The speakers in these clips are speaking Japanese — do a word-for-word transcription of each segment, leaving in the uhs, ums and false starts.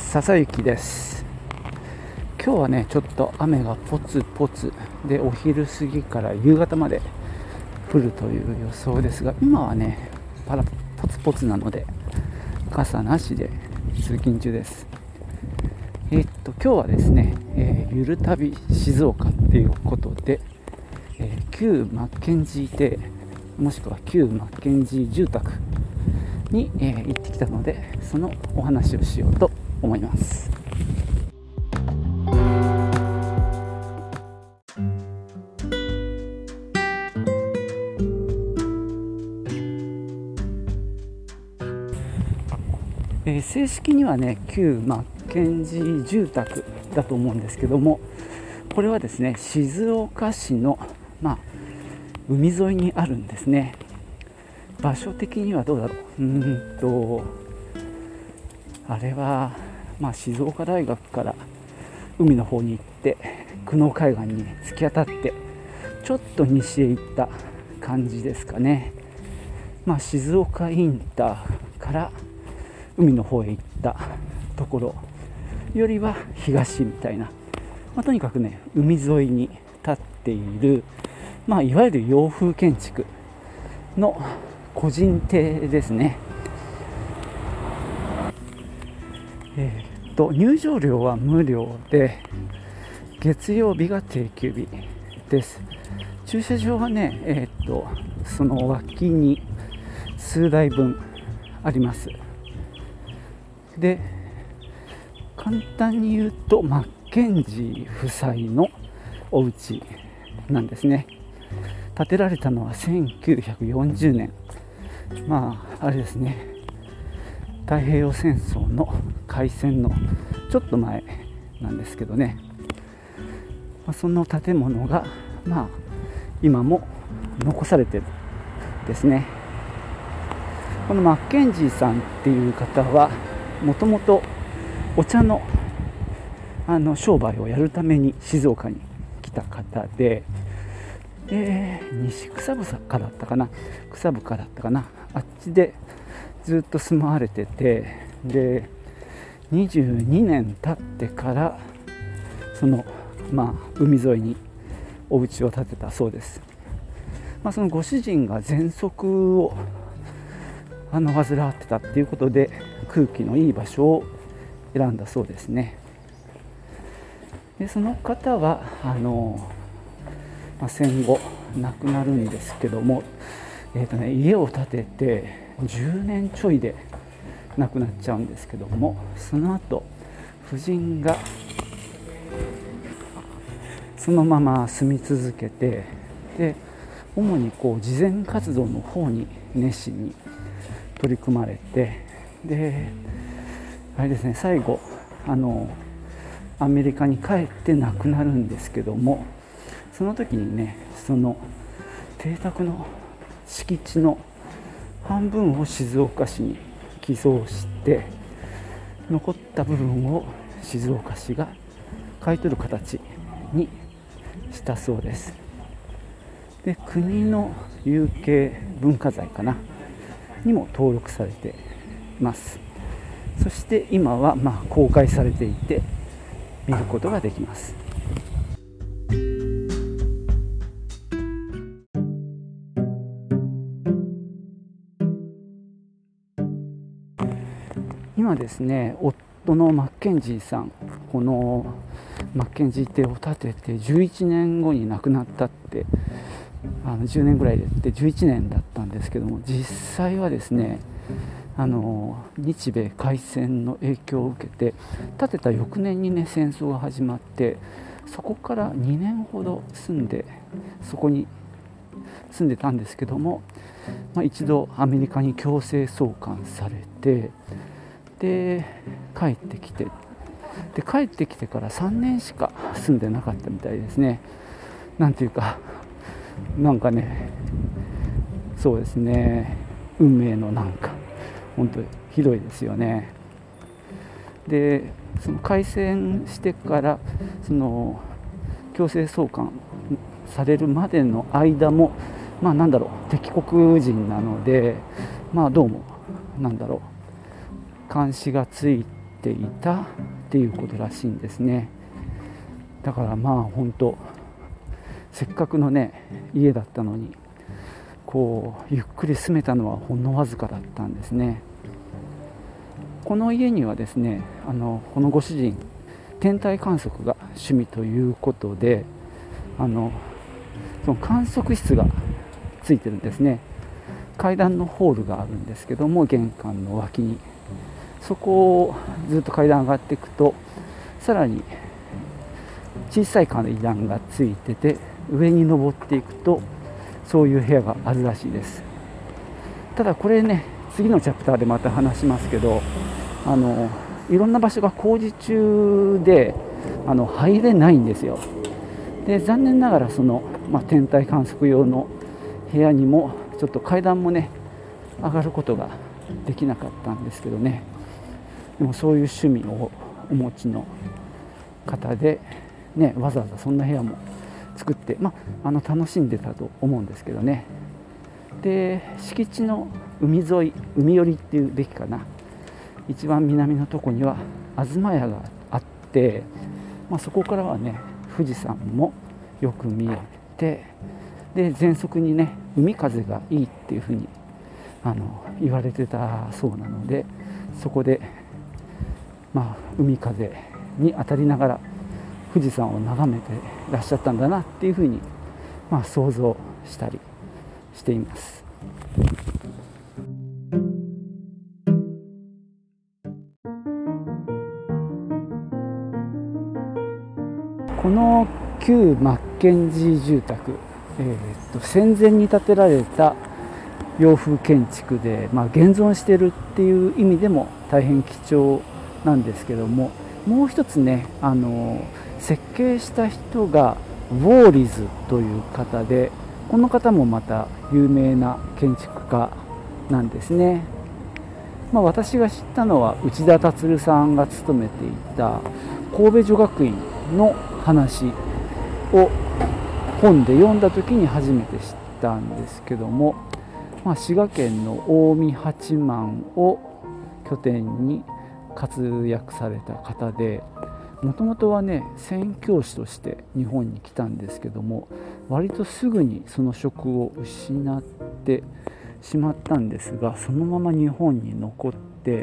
笹雪です。今日はねちょっと雨がポツポツで、お昼過ぎから夕方まで降るという予想ですが、今はねパラポツポツなので傘なしで通勤中です。えー、っと今日はですね、えー、ゆる旅静岡っていうことで、えー、旧マッケンジー邸もしくは旧マッケンジー住宅に、えー、行ってきたので、そのお話をしようと思います。えー、正式にはね旧マッケンジー住宅だと思うんですけども、これはですね静岡市の、まあ、海沿いにあるんですね。場所的にはどうだろううーんとあれは、まあ、静岡大学から海の方に行って久能海岸に突き当たってちょっと西へ行った感じですかね。まあ、静岡インターから海の方へ行ったところよりは東みたいな、まあ、とにかくね海沿いに立っている、まあ、いわゆる洋風建築の個人邸ですね。えー、と入場料は無料で、月曜日が定休日です。駐車場はね、えー、とその脇に数台分あります。で、簡単に言うとマッケンジー夫妻のお家なんですね。建てられたのはせんきゅうひゃくよんじゅうねん、まああれですね、太平洋戦争の開戦のちょっと前なんですけどね、まあ、その建物が、まあ、今も残されてるんですね。このマッケンジーさんっていう方はもともとお茶の、あの商売をやるために静岡に来た方で、えー、西草深だったかな草深だったかなあっちでずっと住まわれてて、でにじゅうにねん経ってからその、まあ、海沿いにお家を建てたそうです。まあ、そのご主人が喘息をあの患ってたっていうことで空気のいい場所を選んだそうですね。でその方はあの、まあ、戦後亡くなるんですけども、えーとね、家を建ててじゅうねんちょいで亡くなっちゃうんですけども、その後夫人がそのまま住み続けて、で主にこう慈善活動の方に熱心に取り組まれて、であれですね、最後あのアメリカに帰って亡くなるんですけども、その時にねその邸宅の敷地の半分を静岡市に寄贈して、残った部分を静岡市が買い取る形にしたそうです。で国の有形文化財かなにも登録されています。そして今はまあ公開されていて見ることができます。今ですね、夫のマッケンジーさん、このマッケンジー邸を建ててじゅういちねんごに亡くなったって、あのじゅうねんぐらいでってじゅういちねんだったんですけども、実際はですねあの日米開戦の影響を受けて建てた翌年にね戦争が始まって、そこからにねんほど住んでそこに住んでたんですけども、まあ、一度アメリカに強制送還されて、で帰ってきてで帰ってきてからさんねんしか住んでなかったみたいですね。なんていうかなんかねそうですね、運命のなんか本当にひどいですよね。でその開戦してからその強制送還されるまでの間も、まあなんだろう敵国人なので、まあどうもなんだろう監視がついっていたっていうことらしいんですね。だからまあ本当せっかくのね家だったのにこうゆっくり住めたのはほんのわずかだったんですね。この家にはですね、あのこのご主人天体観測が趣味ということで、あのその観測室がついてるんですね。階段のホールがあるんですけども、玄関の脇にそこをずっと階段上がっていくと、さらに小さい階段がついてて、上に登っていくとそういう部屋があるらしいです。ただこれね、次のチャプターでまた話しますけど、あのいろんな場所が工事中であの入れないんですよ。で残念ながらその、まあ、天体観測用の部屋にもちょっと階段もね上がることができなかったんですけどね。でもそういう趣味をお持ちの方で、ね、わざわざそんな部屋も作って、まあ、あの楽しんでたと思うんですけどね。で敷地の海沿い、海寄りっていうべきかな、一番南のとこには東屋があって、まあ、そこからはね富士山もよく見えて、で全速にね海風がいいっていうふうにあの言われてたそうなので、そこで、まあ、海風に当たりながら富士山を眺めてらっしゃったんだなっていうふうに、まあ、想像したりしています。この旧マッケンジー住宅、えー、と戦前に建てられた洋風建築で、まあ、現存しているっていう意味でも大変貴重なんですけども、もう一つね、あの設計した人がウォーリズという方で、この方もまた有名な建築家なんですね。まあ、私が知ったのは内田達さんが勤めていた神戸女学院の話を本で読んだ時に初めて知ったんですけども、まあ、滋賀県の近江八幡を拠点に活躍された方で、もともとはね宣教師として日本に来たんですけども、割とすぐにその職を失ってしまったんですが、そのまま日本に残って、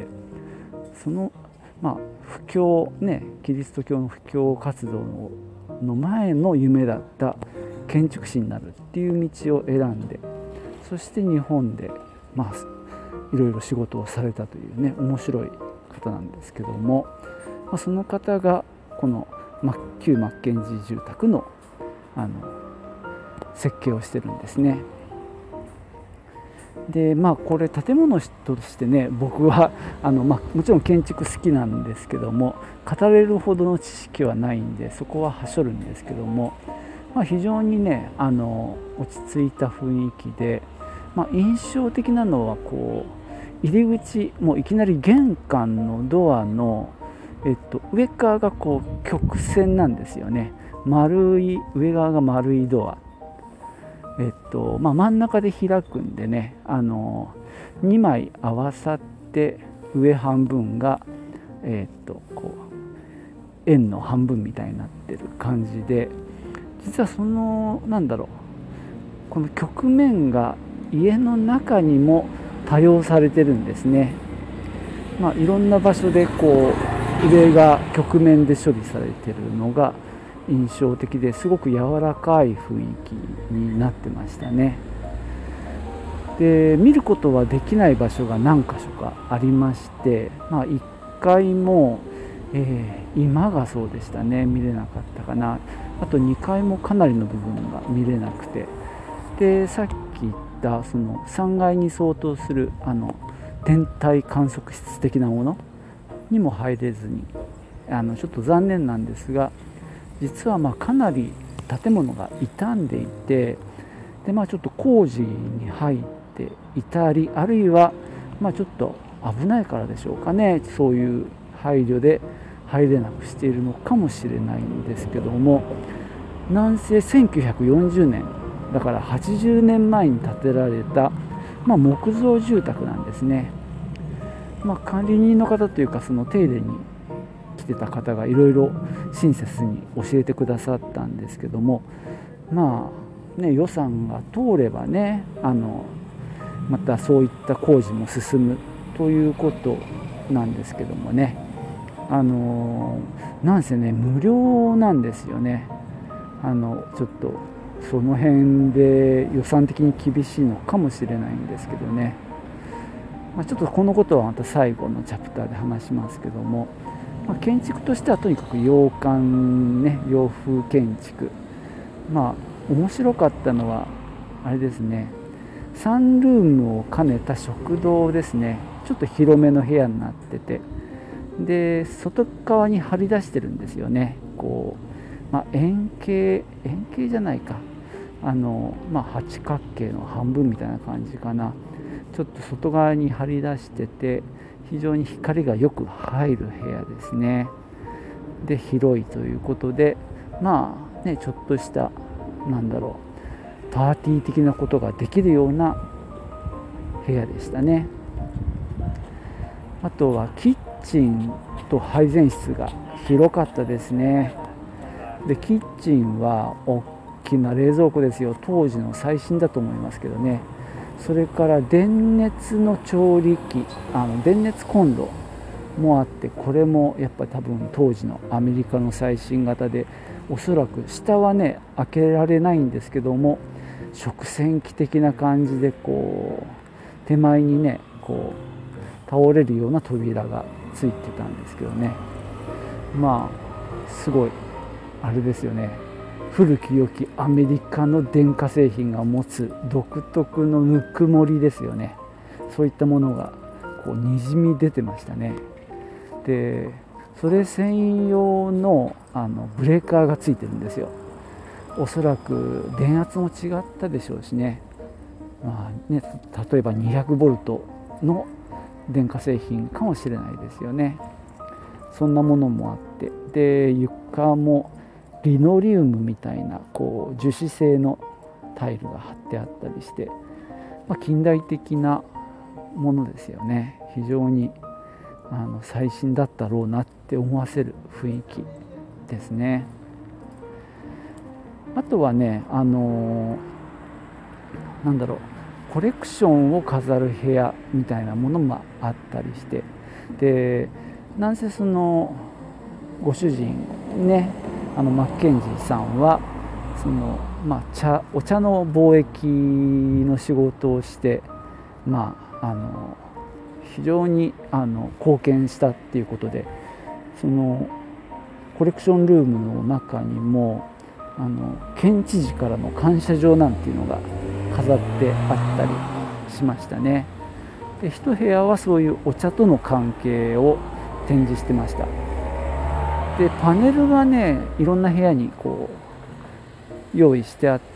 そのまあ布教ね、キリスト教の布教活動のの前の夢だった建築士になるっていう道を選んで、そして日本でまあいろいろ仕事をされたというね面白い方なんですけども、まあ、その方がこの旧マッケンジー住宅のあの設計をしてるんですね。でまあこれ建物としてね、僕はあの、まあ、もちろん建築好きなんですけども、語れるほどの知識はないんでそこははしょるんですけども、まあ、非常にねあの落ち着いた雰囲気で、まあ、印象的なのはこう入り口、もういきなり玄関のドアの、えっと、上側がこう曲線なんですよね。丸い上側が丸いドア、えっとまあ、真ん中で開くんでね、あのにまい合わさって上半分が、えっとこう円の半分みたいになってる感じで、実はそのなんだろう、この曲面が家の中にも多用されてるんですね。まあ、いろんな場所でこう上が曲面で処理されてるのが印象的で、すごく柔らかい雰囲気になってましたね。で見ることはできない場所が何か所かありまして、まあ、いっかいも、えー、今がそうでしたね、見れなかったかな。あとにかいもかなりの部分が見れなくて、でさっき言ったそのさんがいに相当するあの天体観測室的なものにも入れずに、あのちょっと残念なんですが、実はまあかなり建物が傷んでいて、で、まあ、ちょっと工事に入っていたり、あるいはまあちょっと危ないからでしょうかね、そういう配慮で入れなくしているのかもしれないんですけども、なんせせんきゅうひゃくよんじゅうねんだからはちじゅうねんまえに建てられた、まあ、木造住宅なんですね。まあ、管理人の方というかその手入れに来てた方がいろいろ親切に教えてくださったんですけども、まあね、予算が通ればね、あのまたそういった工事も進むということなんですけどもね、あのなんせね無料なんですよね。あのちょっとその辺で予算的に厳しいのかもしれないんですけどね、まあ、ちょっとこのことはまた最後のチャプターで話しますけども、まあ、建築としてはとにかく洋館ね、洋風建築、まあ面白かったのはあれですね、サンルームを兼ねた食堂ですね。ちょっと広めの部屋になってて、で外側に張り出してるんですよね。こう、まあ、円形円形じゃないか、あの、まあ、八角形の半分みたいな感じかな。ちょっと外側に張り出してて、非常に光がよく入る部屋ですね。で広いということで、まあね、ちょっとしたなんだろう、パーティー的なことができるような部屋でしたね。あとはキッチンと配膳室が広かったですね。でキッチンは大きな冷蔵庫ですよ。当時の最新だと思いますけどね。それから電熱の調理器、あの電熱コンロもあって、これもやっぱり多分当時のアメリカの最新型で、おそらく下はね開けられないんですけども、食洗機的な感じでこう手前にねこう倒れるような扉がついてたんですけどね、まあすごいあれですよね、古き良きアメリカの電化製品が持つ独特のぬくもりですよね。そういったものがこうにじみ出てましたね。でそれ専用 の, あのブレーカーがついてるんですよ。おそらく電圧も違ったでしょうしね、まあ、ね例えばにひゃくボルトの電化製品かもしれないですよね。そんなものもあって、で床もリノリウムみたいなこう樹脂製のタイルが貼ってあったりして、まあ、近代的なものですよね。非常にあの最新だったろうなって思わせる雰囲気ですね。あとはね、あのー、なんだろう、コレクションを飾る部屋みたいなものもあったりして、でなんせそのご主人ね、あのマッケンジーさんはその、まあ、茶お茶の貿易の仕事をして、まあ、あの非常にあの貢献したっていうことで、そのコレクションルームの中にもあの県知事からの感謝状なんていうのが飾ってあったりしましたね。で一部屋はそういうお茶との関係を展示してました。でパネルがねいろんな部屋にこう用意してあって、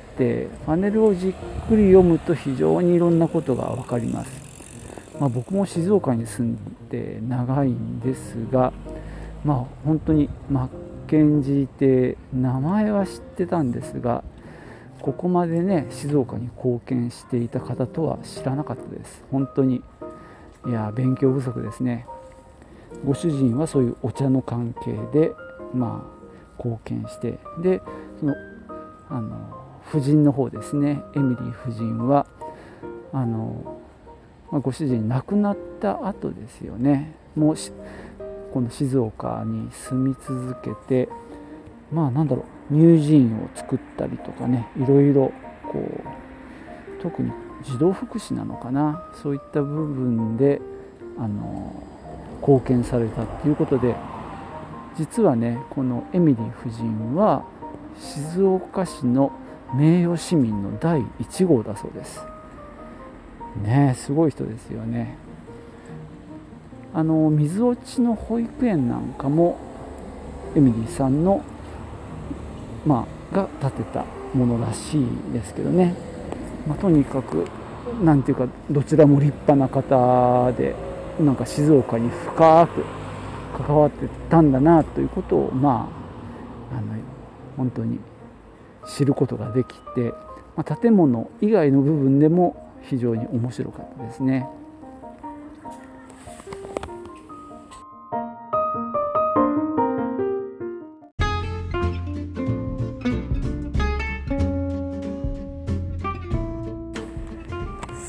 パネルをじっくり読むと非常にいろんなことが分かります。まあ、僕も静岡に住んで長いんですが、まあ、本当にマッケンジーって名前は知ってたんですが、ここまでね静岡に貢献していた方とは知らなかったです。本当にいや勉強不足ですね。ご主人はそういうお茶の関係で、まあ、貢献して、でそのあの夫人の方ですね、エミリー夫人はあの、まあ、ご主人亡くなった後ですよね、もうこの静岡に住み続けて、まあなんだろう、乳児院を作ったりとかね、いろいろこう特に児童福祉なのかな、そういった部分であの貢献されたということで、実はねこのエミリー夫人は静岡市の名誉市民のだいいち号だそうですね。すごい人ですよね。あの水落ちの保育園なんかもエミリーさんの、まあ、が建てたものらしいですけどね、まあ、とにかくなんていうかどちらも立派な方で、なんか静岡に深く関わってたんだなということを、まあ、あの本当に知ることができて、まあ、建物以外の部分でも非常に面白かったですね。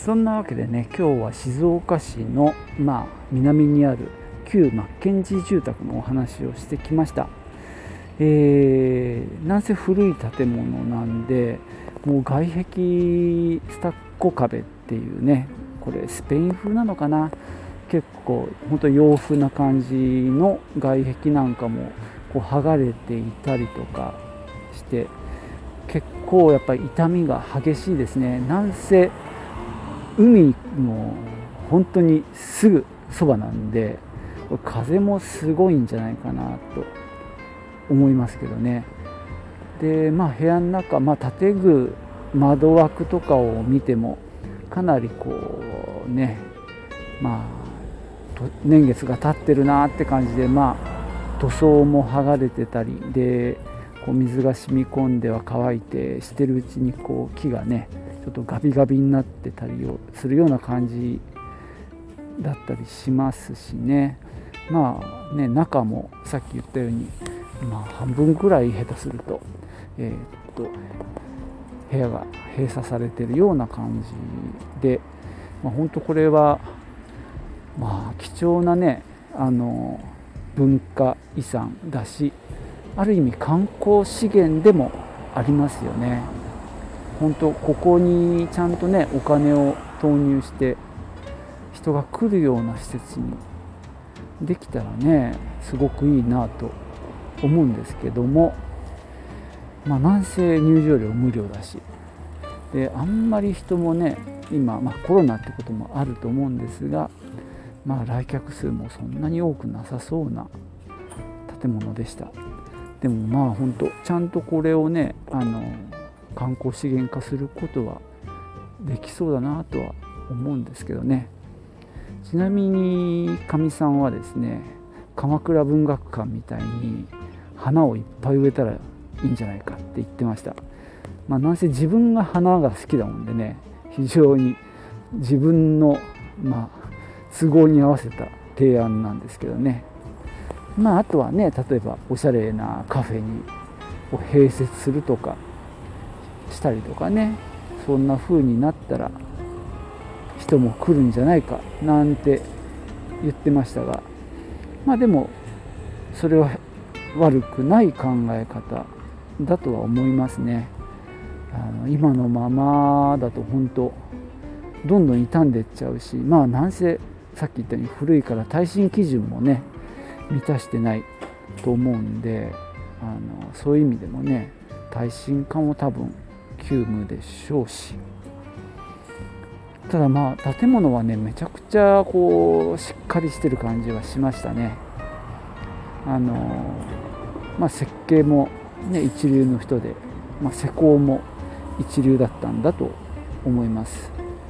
そんなわけでね、今日は静岡市の、まあ、南にある旧マッケンジー住宅のお話をしてきました。えー、なんせ古い建物なんで、もう外壁スタッコ壁っていうね、これスペイン風なのかな、結構本当洋風な感じの外壁なんかもこう剥がれていたりとかして、結構やっぱり傷みが激しいですね。なんせ海の本当にすぐそばなんで、風もすごいんじゃないかなと思いますけどね。で、まあ部屋の中、まあ、建具窓枠とかを見てもかなりこうね、まあ年月が経ってるなって感じで、まあ塗装も剥がれてたりで、こう水が染み込んでは乾いてしてるうちにこう木がねちょっとガビガビになってたりをするような感じだったりしますしね。まあね、中もさっき言ったように、まあ、半分くらい下手すると、えー、っと部屋が閉鎖されてるような感じで、まあ、本当これはまあ貴重なね、あの文化遺産だし、ある意味観光資源でもありますよね。本当ここにちゃんとねお金を投入して人が来るような施設にできたらね、すごくいいなと思うんですけども、まあなんせ入場料無料だし、であんまり人もね今、まあ、コロナってこともあると思うんですが、まあ来客数もそんなに多くなさそうな建物でした。でもまあ本当ちゃんとこれをね、あの観光資源化することはできそうだなとは思うんですけどね。ちなみにかみさんはですね、鎌倉文学館みたいに花をいっぱい植えたらいいんじゃないかって言ってました。まあなんせ自分が花が好きだもんでね、非常に自分のまあ都合に合わせた提案なんですけどね。まああとはね、例えばおしゃれなカフェに併設するとかしたりとかね、そんな風になったら人も来るんじゃないかなんて言ってましたが、まあでもそれは悪くない考え方だとは思いますね。あの今のままだと本当どんどん傷んでいっちゃうし、まあなんせさっき言ったように古いから耐震基準もね満たしてないと思うんで、あのそういう意味でもね耐震化も多分急務でしょうし、ただまあ建物はねめちゃくちゃこうしっかりしてる感じはしましたね。あのまあ設計もね一流の人で、まあ、施工も一流だったんだと思います。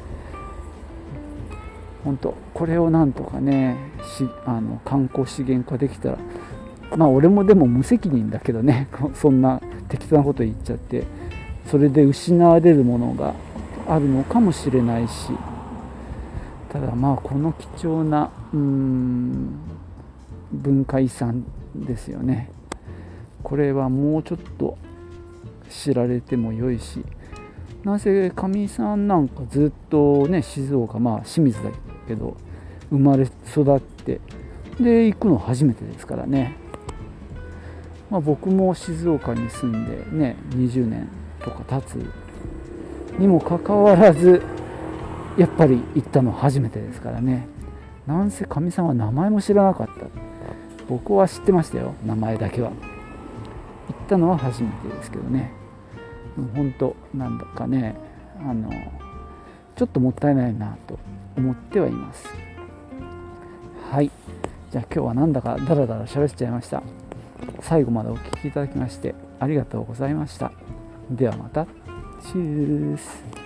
本当これをなんとかねしあの観光資源化できたら、まあ俺もでも無責任だけどね、そんな適当なこと言っちゃってそれで失われるものがあるのかもしれないし、ただまあこの貴重なうーん文化遺産ですよね。これはもうちょっと知られても良いし、なんせかみさんなんかずっとね静岡、まあ清水だけど生まれ育ってで行くの初めてですからね。まあ、僕も静岡に住んでねにじゅうねんとか経つにもかかわらずやっぱり行ったの初めてですからね。なんせかみさんは名前も知らなかった。僕は知ってましたよ、名前だけは。行ったのは初めてですけどね。本当なんだかね、あのちょっともったいないなと思ってはいます。はい、じゃあ今日はなんだかダラダラ喋っちゃいました。最後までお聞きいただきましてありがとうございました。ではまた。チュース。